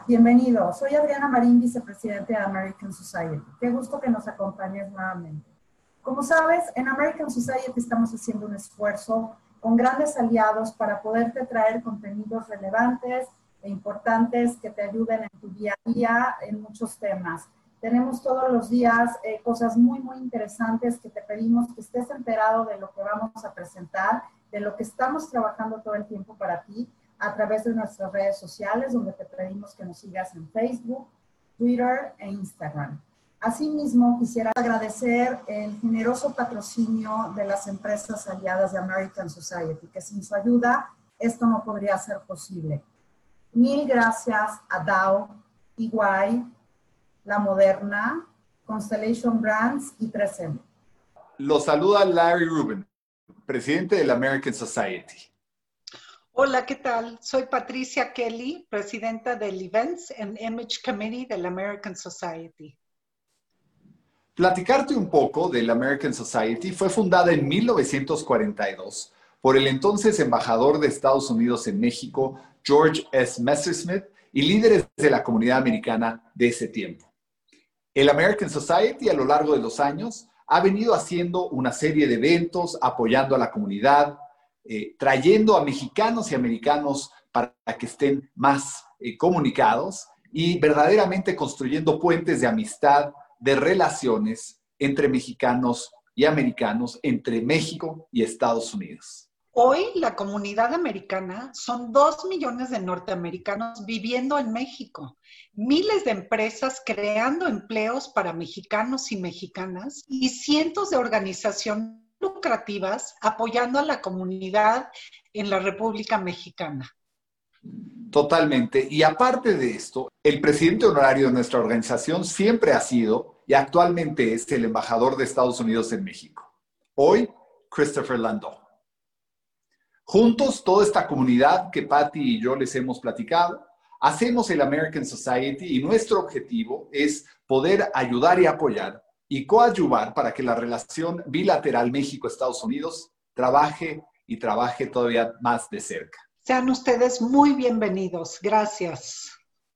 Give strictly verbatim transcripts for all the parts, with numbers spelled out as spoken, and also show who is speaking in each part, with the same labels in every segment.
Speaker 1: Bienvenido. Soy Adriana Marín, vicepresidente de American Society. Qué gusto que nos acompañes nuevamente. Como sabes, en American Society estamos haciendo un esfuerzo con grandes aliados para poderte traer contenidos relevantes e importantes que te ayuden en tu día a día en muchos temas. Tenemos todos los días eh, cosas muy, muy interesantes que te pedimos que estés enterado de lo que vamos a presentar, de lo que estamos trabajando todo el tiempo para ti, a través de nuestras redes sociales, donde te pedimos que nos sigas en Facebook, Twitter e Instagram. Asimismo, quisiera agradecer el generoso patrocinio de las empresas aliadas de American Society, que sin su ayuda esto no podría ser posible. Mil gracias a Dow, E Y, La Moderna, Constellation Brands y tres eme.
Speaker 2: Los saluda Larry Rubin, presidente de la American Society.
Speaker 3: Hola, ¿qué tal? Soy Patricia Kelly, presidenta del Events and Image Committee de la American Society.
Speaker 2: Platicarte un poco de la American Society fue fundada en mil novecientos cuarenta y dos por el entonces embajador de Estados Unidos en México, George S. Messersmith, y líderes de la comunidad americana de ese tiempo. El American Society, a lo largo de los años, ha venido haciendo una serie de eventos, apoyando a la comunidad, eh, trayendo a mexicanos y americanos para que estén más eh, comunicados y verdaderamente construyendo puentes de amistad, de relaciones entre mexicanos y americanos, entre México y Estados Unidos.
Speaker 3: Hoy la comunidad americana son dos millones de norteamericanos viviendo en México, miles de empresas creando empleos para mexicanos y mexicanas y cientos de organizaciones lucrativas apoyando a la comunidad en la República Mexicana.
Speaker 2: Totalmente. Y aparte de esto, el presidente honorario de nuestra organización siempre ha sido y actualmente es el embajador de Estados Unidos en México. Hoy, Christopher Landau. Juntos, toda esta comunidad que Patty y yo les hemos platicado, hacemos el American Society y nuestro objetivo es poder ayudar y apoyar y coadyuvar para que la relación bilateral México-Estados Unidos trabaje y trabaje todavía más de cerca.
Speaker 3: Sean ustedes muy bienvenidos. Gracias.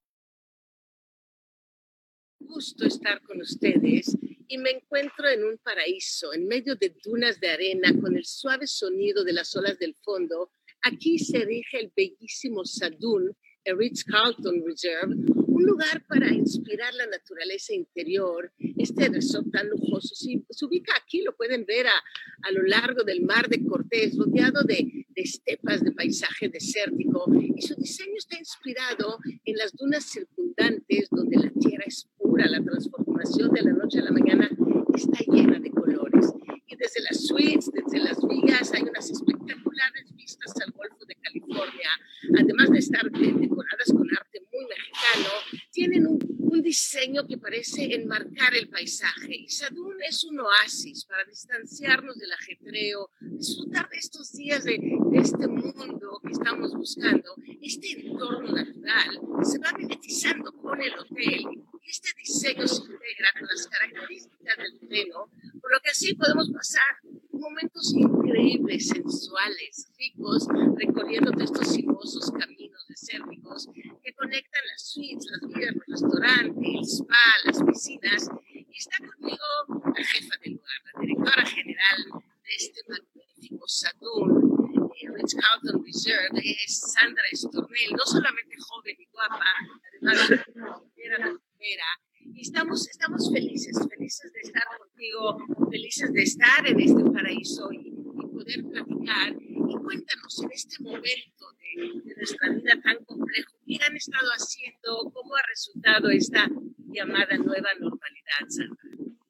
Speaker 4: Un gusto estar con ustedes y me encuentro en un paraíso, en medio de dunas de arena, con el suave sonido de las olas del fondo. Aquí se erige el bellísimo Sahdoun, el Ritz-Carlton Reserve, un lugar para inspirar la naturaleza interior. Este resort tan lujoso se, se ubica aquí, lo pueden ver a, a lo largo del Mar de Cortés, rodeado de, de estepas de paisaje desértico, y su diseño está inspirado en las dunas circundantes, donde la tierra es pura, la transformación de la noche a la mañana está llena de colores. Y desde las suites, desde las vigas, hay unas espectaculares vistas al Golfo de California, además de estar decoradas con arte muy mexicano, tienen un, un diseño que parece enmarcar el paisaje. Y Sahdoun es un oasis para distanciarnos del ajetreo, disfrutar de estos días de, de este mundo que estamos buscando. Este entorno natural se va mimetizando con el hotel y este diseño se integra con las características del terreno, por lo que así podemos pasar momentos increíbles, sensuales, ricos, recorriendo estos sinuosos caminos desérticos que conectan las suites, las vías, los restaurantes, el spa, las piscinas. Y está conmigo la jefa del lugar, la directora general de este magnífico Sahdoun, el Ritz-Carlton Reserve, es Sandra Estornel, no solamente joven y guapa, además de primera, la primera. Y estamos, estamos felices, felices de estar contigo, felices de estar en este paraíso y, y poder platicar. Y cuéntanos en este momento de, de nuestra vida tan complejo, ¿qué han estado haciendo? ¿Cómo ha resultado esta llamada nueva normalidad, Sandra?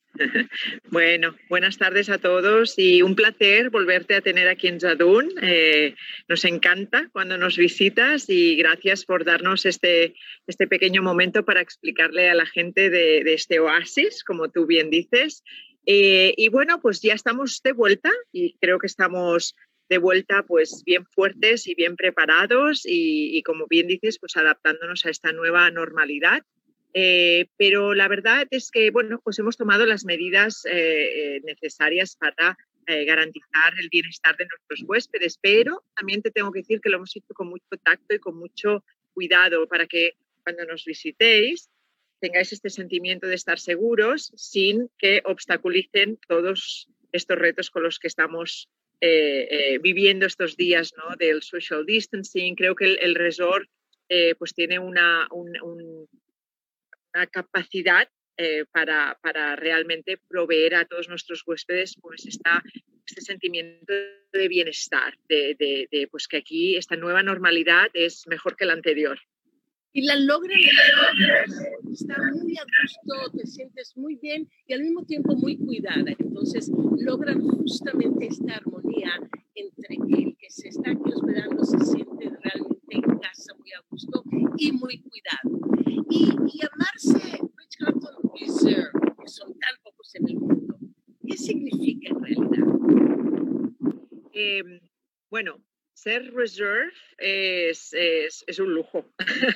Speaker 5: Bueno, buenas tardes a todos y un placer volverte a tener aquí en Sahdoun. Eh, nos encanta cuando nos visitas y gracias por darnos este, este pequeño momento para explicarle a la gente de, de este oasis, como tú bien dices. Eh, y bueno, pues ya estamos de vuelta y creo que estamos de vuelta pues bien fuertes y bien preparados y, y como bien dices, pues adaptándonos a esta nueva normalidad. Eh, pero la verdad es que, bueno, pues hemos tomado las medidas eh, necesarias para eh, garantizar el bienestar de nuestros huéspedes, pero también te tengo que decir que lo hemos hecho con mucho tacto y con mucho cuidado para que cuando nos visitéis, tengáis este sentimiento de estar seguros sin que obstaculicen todos estos retos con los que estamos eh, eh, viviendo estos días, ¿no? Del social distancing. Creo que el, el resort eh, pues tiene una, un, un, una capacidad eh, para, para realmente proveer a todos nuestros huéspedes pues esta, este sentimiento de bienestar, de, de, de pues que aquí esta nueva normalidad es mejor que la anterior.
Speaker 4: Y la logran, estar muy a gusto, te sientes muy bien y al mismo tiempo muy cuidada. Entonces logran justamente esta armonía entre el que se está aquí hospedando se siente realmente en casa muy a gusto y muy cuidado. Y, y llamarse Ritz-Carlton Reserve, que son tan pocos en el mundo, ¿qué significa en realidad?
Speaker 5: Eh, bueno, ser reserve es, es, es un lujo.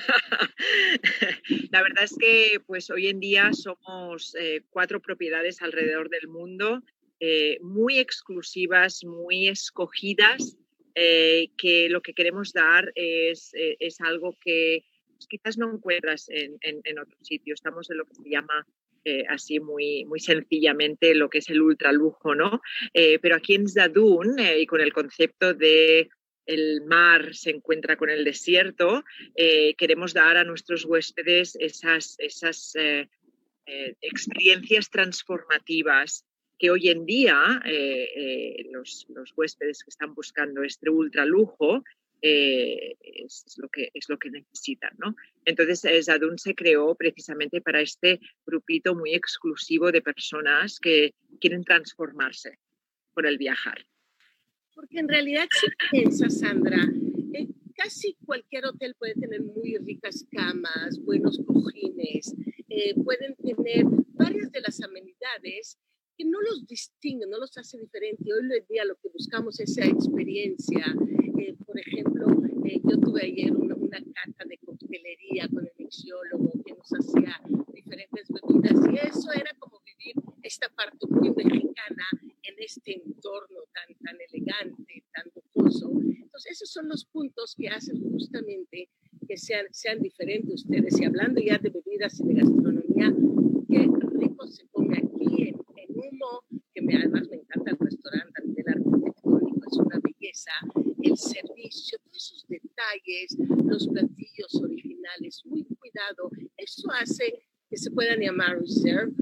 Speaker 5: La verdad es que pues, hoy en día somos eh, cuatro propiedades alrededor del mundo, eh, muy exclusivas, muy escogidas, eh, que lo que queremos dar es, eh, es algo que pues, quizás no encuentras en, en, en otro sitio. Estamos en lo que se llama Eh, así muy, muy sencillamente lo que es el ultralujo, ¿no? Eh, pero aquí en Zadun, eh, y con el concepto de el mar se encuentra con el desierto, eh, queremos dar a nuestros huéspedes esas, esas eh, eh, experiencias transformativas que hoy en día eh, eh, los, los huéspedes que están buscando este ultralujo Eh, es, es, lo que, es lo que necesitan, ¿no? Entonces, eh, Zadun se creó precisamente para este grupito muy exclusivo de personas que quieren transformarse por el viajar.
Speaker 4: Porque en realidad, si piensas, Sandra, eh, casi cualquier hotel puede tener muy ricas camas, buenos cojines, eh, pueden tener varias de las amenidades que no los distinguen, no los hace diferentes. Hoy en día lo que buscamos es esa experiencia. Eh, por ejemplo, eh, yo tuve ayer una, una cata de coctelería con el mixiólogo que nos hacía diferentes bebidas y eso era como vivir esta parte muy mexicana en este entorno tan, tan elegante, tan lujoso. Entonces, esos son los puntos que hacen justamente que sean, sean diferentes ustedes. Y hablando ya de bebidas y de gastronomía, qué rico se come aquí en, en Humo, que me, además me encanta el restaurante a nivel arquitectónico, es una belleza. El servicio, todos esos detalles, los platillos originales, muy cuidado. Eso hace que se puedan llamar reserve.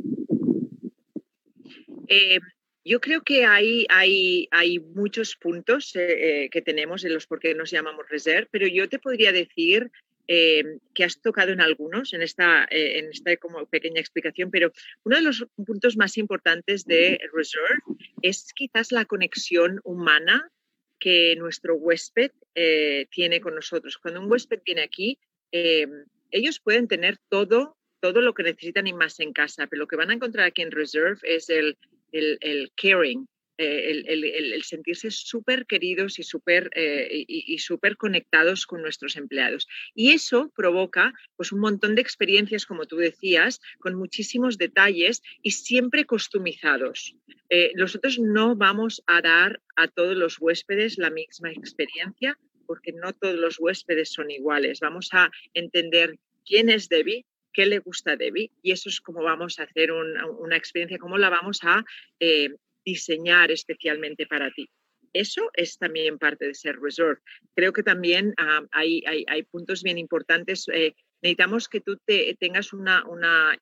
Speaker 5: Eh, yo creo que hay, hay, hay muchos puntos eh, eh, que tenemos en los por qué nos llamamos reserve, pero yo te podría decir eh, que has tocado en algunos en esta, eh, en esta como pequeña explicación, pero uno de los puntos más importantes de reserve es quizás la conexión humana que nuestro huésped eh, tiene con nosotros. Cuando un huésped viene aquí, eh, ellos pueden tener todo, todo lo que necesitan y más en casa, pero lo que van a encontrar aquí en Reserve es el, el, el caring, eh, el, el, el sentirse súper queridos y súper eh, y, y súper conectados con nuestros empleados. Y eso provoca pues, un montón de experiencias, como tú decías, con muchísimos detalles y siempre customizados. Eh, nosotros no vamos a dar a todos los huéspedes la misma experiencia porque no todos los huéspedes son iguales. Vamos a entender quién es Debbie, qué le gusta a Debbie y eso es cómo vamos a hacer un, una experiencia, cómo la vamos a eh, diseñar especialmente para ti. Eso es también parte de ser resort. Creo que también uh, hay, hay, hay puntos bien importantes. Eh, necesitamos que tú te, tengas una, una,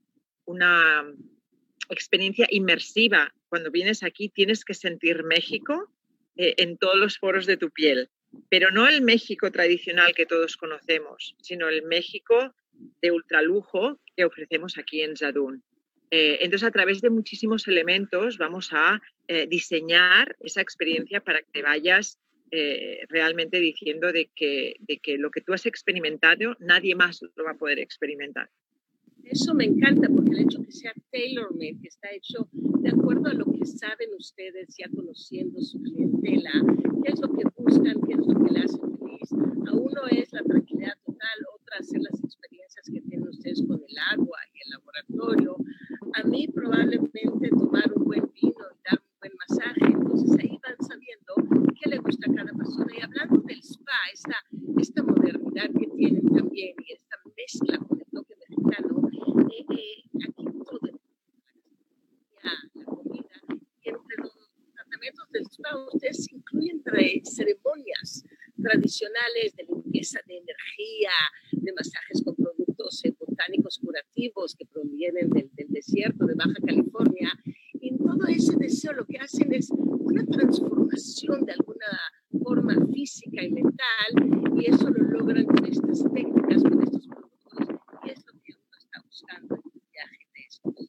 Speaker 5: una experiencia inmersiva. Cuando vienes aquí tienes que sentir México eh, en todos los poros de tu piel, pero no el México tradicional que todos conocemos, sino el México de ultralujo que ofrecemos aquí en Zadun. Eh, entonces, a través de muchísimos elementos vamos a eh, diseñar esa experiencia para que te vayas eh, realmente diciendo de que, de que lo que tú has experimentado, nadie más lo va a poder experimentar.
Speaker 4: Eso me encanta porque el hecho que sea tailor-made, que está hecho de acuerdo a lo que saben ustedes ya conociendo su clientela, qué es lo que buscan, qué es lo que le hace feliz. A uno es la tranquilidad total, otra hacer las experiencias que tienen ustedes con el agua y el laboratorio. A mí probablemente tomar un buen vino y dar un buen masaje. Entonces ahí van sabiendo qué le gusta a cada persona. Y hablando del spa, esta, esta modernidad que tienen también y esta ustedes incluyen ceremonias tradicionales de limpieza de energía, de masajes con productos eh, botánicos curativos que provienen del, del desierto de Baja California. Y en todo ese deseo lo que hacen es una transformación de alguna forma física y mental, y eso lo logran con estas técnicas, con estos productos, y es lo que uno está buscando en un viaje de estos.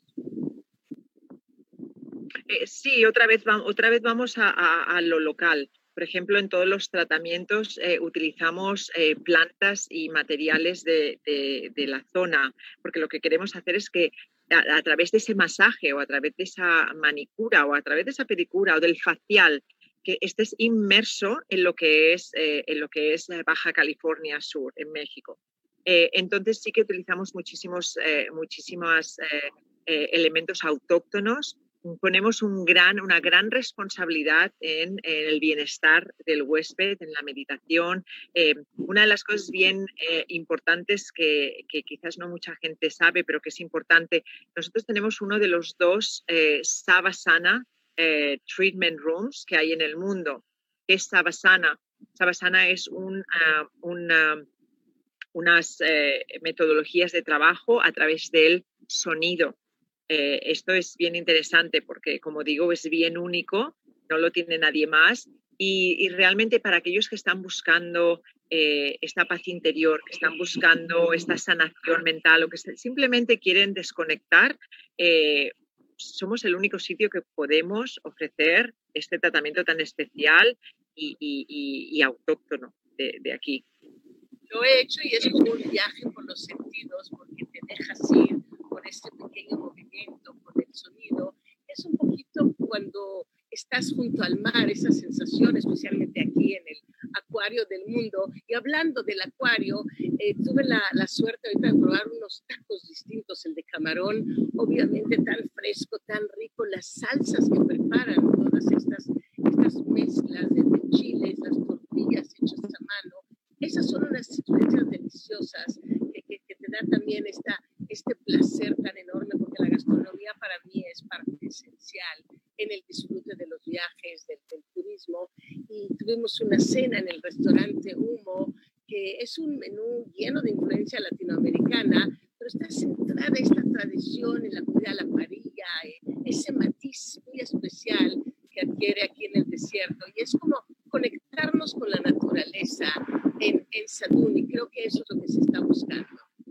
Speaker 5: Eh, sí, otra vez, va, otra vez vamos a, a, a lo local. Por ejemplo, en todos los tratamientos eh, utilizamos eh, plantas y materiales de, de, de la zona, porque lo que queremos hacer es que a, a través de ese masaje o a través de esa manicura o a través de esa pedicura o del facial, que estés inmerso en lo que es, eh, en lo que es Baja California Sur, en México. Eh, entonces sí que utilizamos muchísimos, eh, muchísimos eh, eh, elementos autóctonos. Ponemos un gran, una gran responsabilidad en, en el bienestar del huésped, en la meditación. Eh, una de las cosas bien eh, importantes que, que quizás no mucha gente sabe, pero que es importante, nosotros tenemos uno de los dos eh, Savasana eh, Treatment Rooms que hay en el mundo. ¿Qué es Savasana? Savasana es un, uh, una, unas eh, metodologías de trabajo a través del sonido. Eh, esto es bien interesante porque, como digo, es bien único, no lo tiene nadie más y, y realmente para aquellos que están buscando eh, esta paz interior, que están buscando esta sanación mental o que simplemente quieren desconectar, eh, somos el único sitio que podemos ofrecer este tratamiento tan especial y, y, y, y autóctono de, de aquí.
Speaker 4: Lo he hecho y es como un viaje por los sentidos porque te dejas ir con este pequeño movimiento, con el sonido. Es un poquito cuando estás junto al mar, esa sensación, especialmente aquí en el acuario del mundo. Y hablando del acuario, eh, tuve la, la suerte ahorita de probar unos tacos distintos, el de camarón, obviamente tan fresco, tan rico, las salsas que preparan, todas estas, estas mezclas de, de chiles, las tortillas hechas a mano. Esas son unas experiencias deliciosas que, que, que te da también esta, este placer tan enorme, porque la gastronomía para mí es parte esencial en el disfrute de los viajes, del, del turismo. Y tuvimos una cena en el restaurante Humo, que es un menú lleno de influencia latinoamericana, pero está centrada esta tradición en la comida a la parrilla, ese matiz muy especial que adquiere aquí en el desierto. Y es como conectarnos con la naturaleza en, en Sadún, y creo que eso es lo que se está buscando.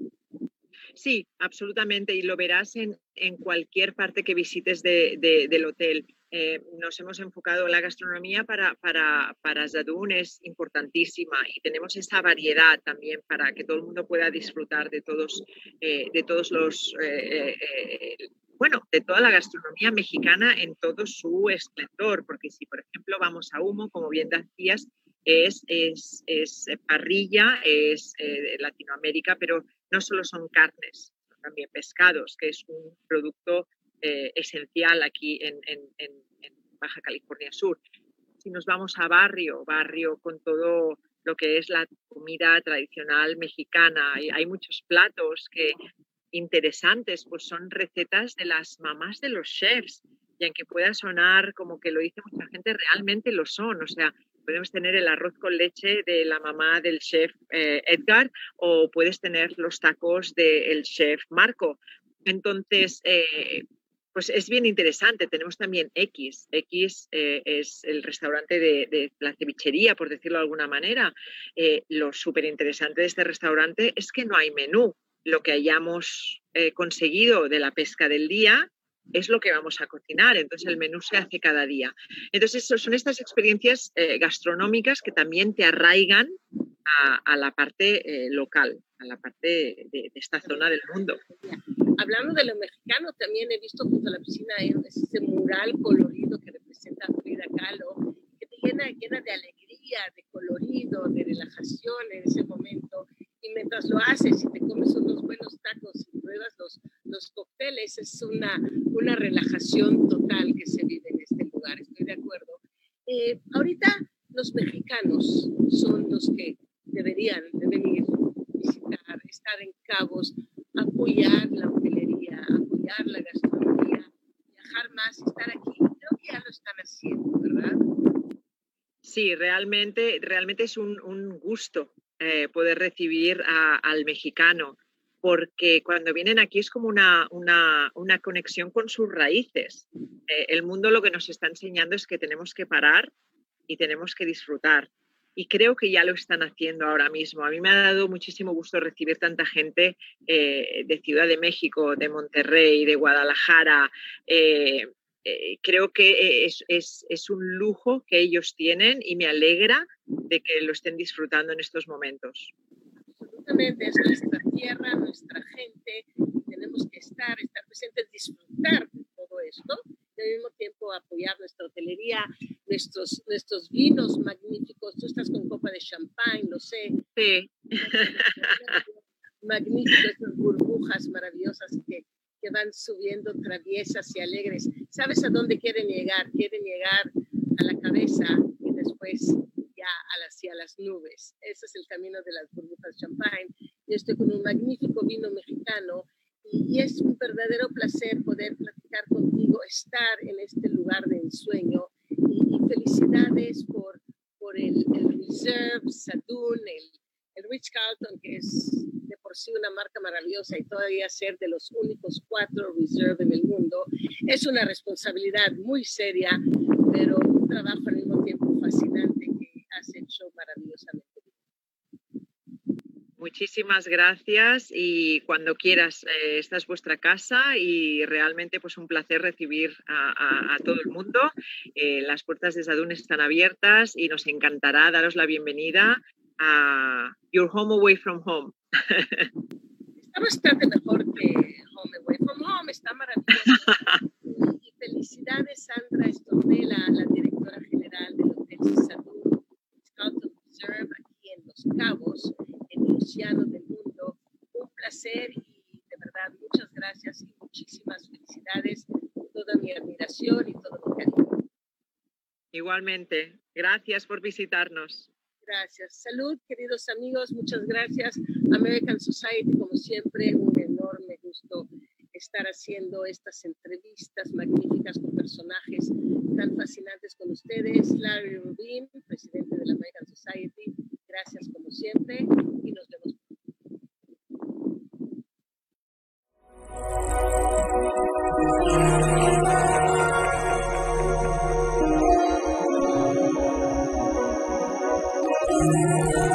Speaker 5: Sí, absolutamente, y lo verás en, en cualquier parte que visites de, de, del hotel. Eh, nos hemos enfocado en la gastronomía para, para, para Zadun, es importantísima, y tenemos esa variedad también para que todo el mundo pueda disfrutar de todos, eh, de todos los, eh, eh, bueno, de toda la gastronomía mexicana en todo su esplendor, porque si por ejemplo vamos a Humo, como bien decías, es, es, es parrilla, es eh, Latinoamérica, pero no solo son carnes, son también pescados, que es un producto eh, esencial aquí en, en, en, en Baja California Sur. Si nos vamos a Barrio, Barrio con todo lo que es la comida tradicional mexicana, hay, hay muchos platos que interesantes, pues son recetas de las mamás de los chefs, y aunque pueda sonar como que lo dice mucha gente, realmente lo son. O sea, podemos tener el arroz con leche de la mamá del chef eh, Edgar, o puedes tener los tacos del chef Marco. Entonces, eh, pues es bien interesante. Tenemos también X. X eh, es el restaurante de, de la cevichería, por decirlo de alguna manera. Eh, lo súper interesante de este restaurante es que no hay menú. Lo que hayamos eh, conseguido de la pesca del día es lo que vamos a cocinar, entonces el menú se hace cada día. Entonces son estas experiencias eh, gastronómicas que también te arraigan a, a la parte eh, local, a la parte de, de esta zona del mundo.
Speaker 4: Hablando de lo mexicano, también he visto junto a la piscina ese mural colorido que representa a Frida Kahlo, que te llena, llena de alegría, de colorido, de relajación en ese momento. Y mientras lo haces y te comes unos buenos tacos y pruebas los, los cócteles, es una, una relajación total que se vive en este lugar, estoy de acuerdo. Eh, ahorita los mexicanos son los que deberían de venir, visitar, estar en Cabos, apoyar la hotelería, apoyar la gastronomía, viajar más, estar aquí. Creo que ya lo están haciendo, ¿verdad?
Speaker 5: Sí, realmente, realmente es un, un gusto eh, poder recibir a, al mexicano, porque cuando vienen aquí es como una, una, una conexión con sus raíces. Eh, el mundo lo que nos está enseñando es que tenemos que parar y tenemos que disfrutar. Y creo que ya lo están haciendo ahora mismo. A mí me ha dado muchísimo gusto recibir tanta gente eh, de Ciudad de México, de Monterrey, de Guadalajara. Eh, eh, creo que es, es, es un lujo que ellos tienen y me alegra de que lo estén disfrutando en estos momentos.
Speaker 4: Absolutamente, es nuestra tierra, nuestra gente. Tenemos que estar, estar presentes, disfrutar de todo esto y al mismo tiempo apoyar nuestra hotelería, nuestros, nuestros vinos magníficos. Tú estás con copa de champán, lo sé.
Speaker 5: Sí.
Speaker 4: Magnífico, estas burbujas maravillosas que, que van subiendo traviesas y alegres. ¿Sabes a dónde quieren llegar? Quieren llegar a la cabeza y después ya hacia las nubes. Ese es el camino de las burbujas champán. Yo estoy con un magnífico vino mexicano y, y es un verdadero placer poder platicar contigo, estar en este lugar de ensueño y, y felicidades por, por el, el Reserve, Saloon, el, el Ritz-Carlton, que es de por sí una marca maravillosa y todavía ser de los únicos cuatro Reserve en el mundo. Es una responsabilidad muy seria, pero un trabajo al mismo tiempo fascinante que has hecho maravillosamente.
Speaker 5: Muchísimas gracias y cuando quieras, eh, esta es vuestra casa y realmente pues un placer recibir a, a, a todo el mundo. Eh, las puertas de Saloon están abiertas y nos encantará daros la bienvenida a Your Home Away from Home.
Speaker 4: Está bastante mejor que Home Away from Home, está maravilloso. Y felicidades, Sandra Estornela, la directora general del Hotel Saloon Ritz-Carlton Reserve aquí en Los Cabos, en el océano del mundo. Un placer y de verdad muchas gracias y muchísimas felicidades. Toda mi admiración y todo mi cariño.
Speaker 5: Igualmente, gracias por visitarnos.
Speaker 4: Gracias. Salud, queridos amigos. Muchas gracias. American Society, como siempre, un enorme gusto estar haciendo estas entrevistas magníficas con personajes tan fascinantes con ustedes. Larry Rubin, presidente de la American Society. Gracias como siempre y nos vemos. Thank you.